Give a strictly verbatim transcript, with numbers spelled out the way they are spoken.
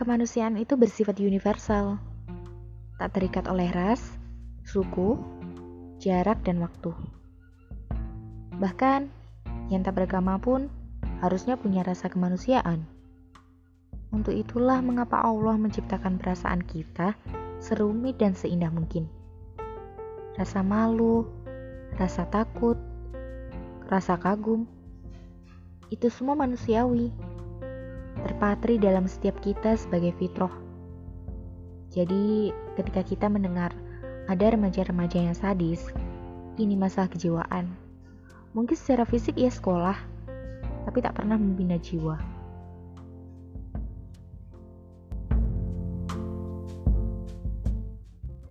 Kemanusiaan itu bersifat universal, tak terikat oleh ras, suku, jarak, dan waktu. Bahkan, yang tak beragama pun harusnya punya rasa kemanusiaan. Untuk itulah mengapa Allah menciptakan perasaan kita serumit dan seindah mungkin. Rasa malu, rasa takut, rasa kagum, itu semua manusiawi, terpatri dalam setiap kita sebagai fitrah. Jadi, ketika kita mendengar ada remaja-remaja yang sadis, ini masalah kejiwaan. Mungkin secara fisik ia sekolah, tapi tak pernah membina jiwa.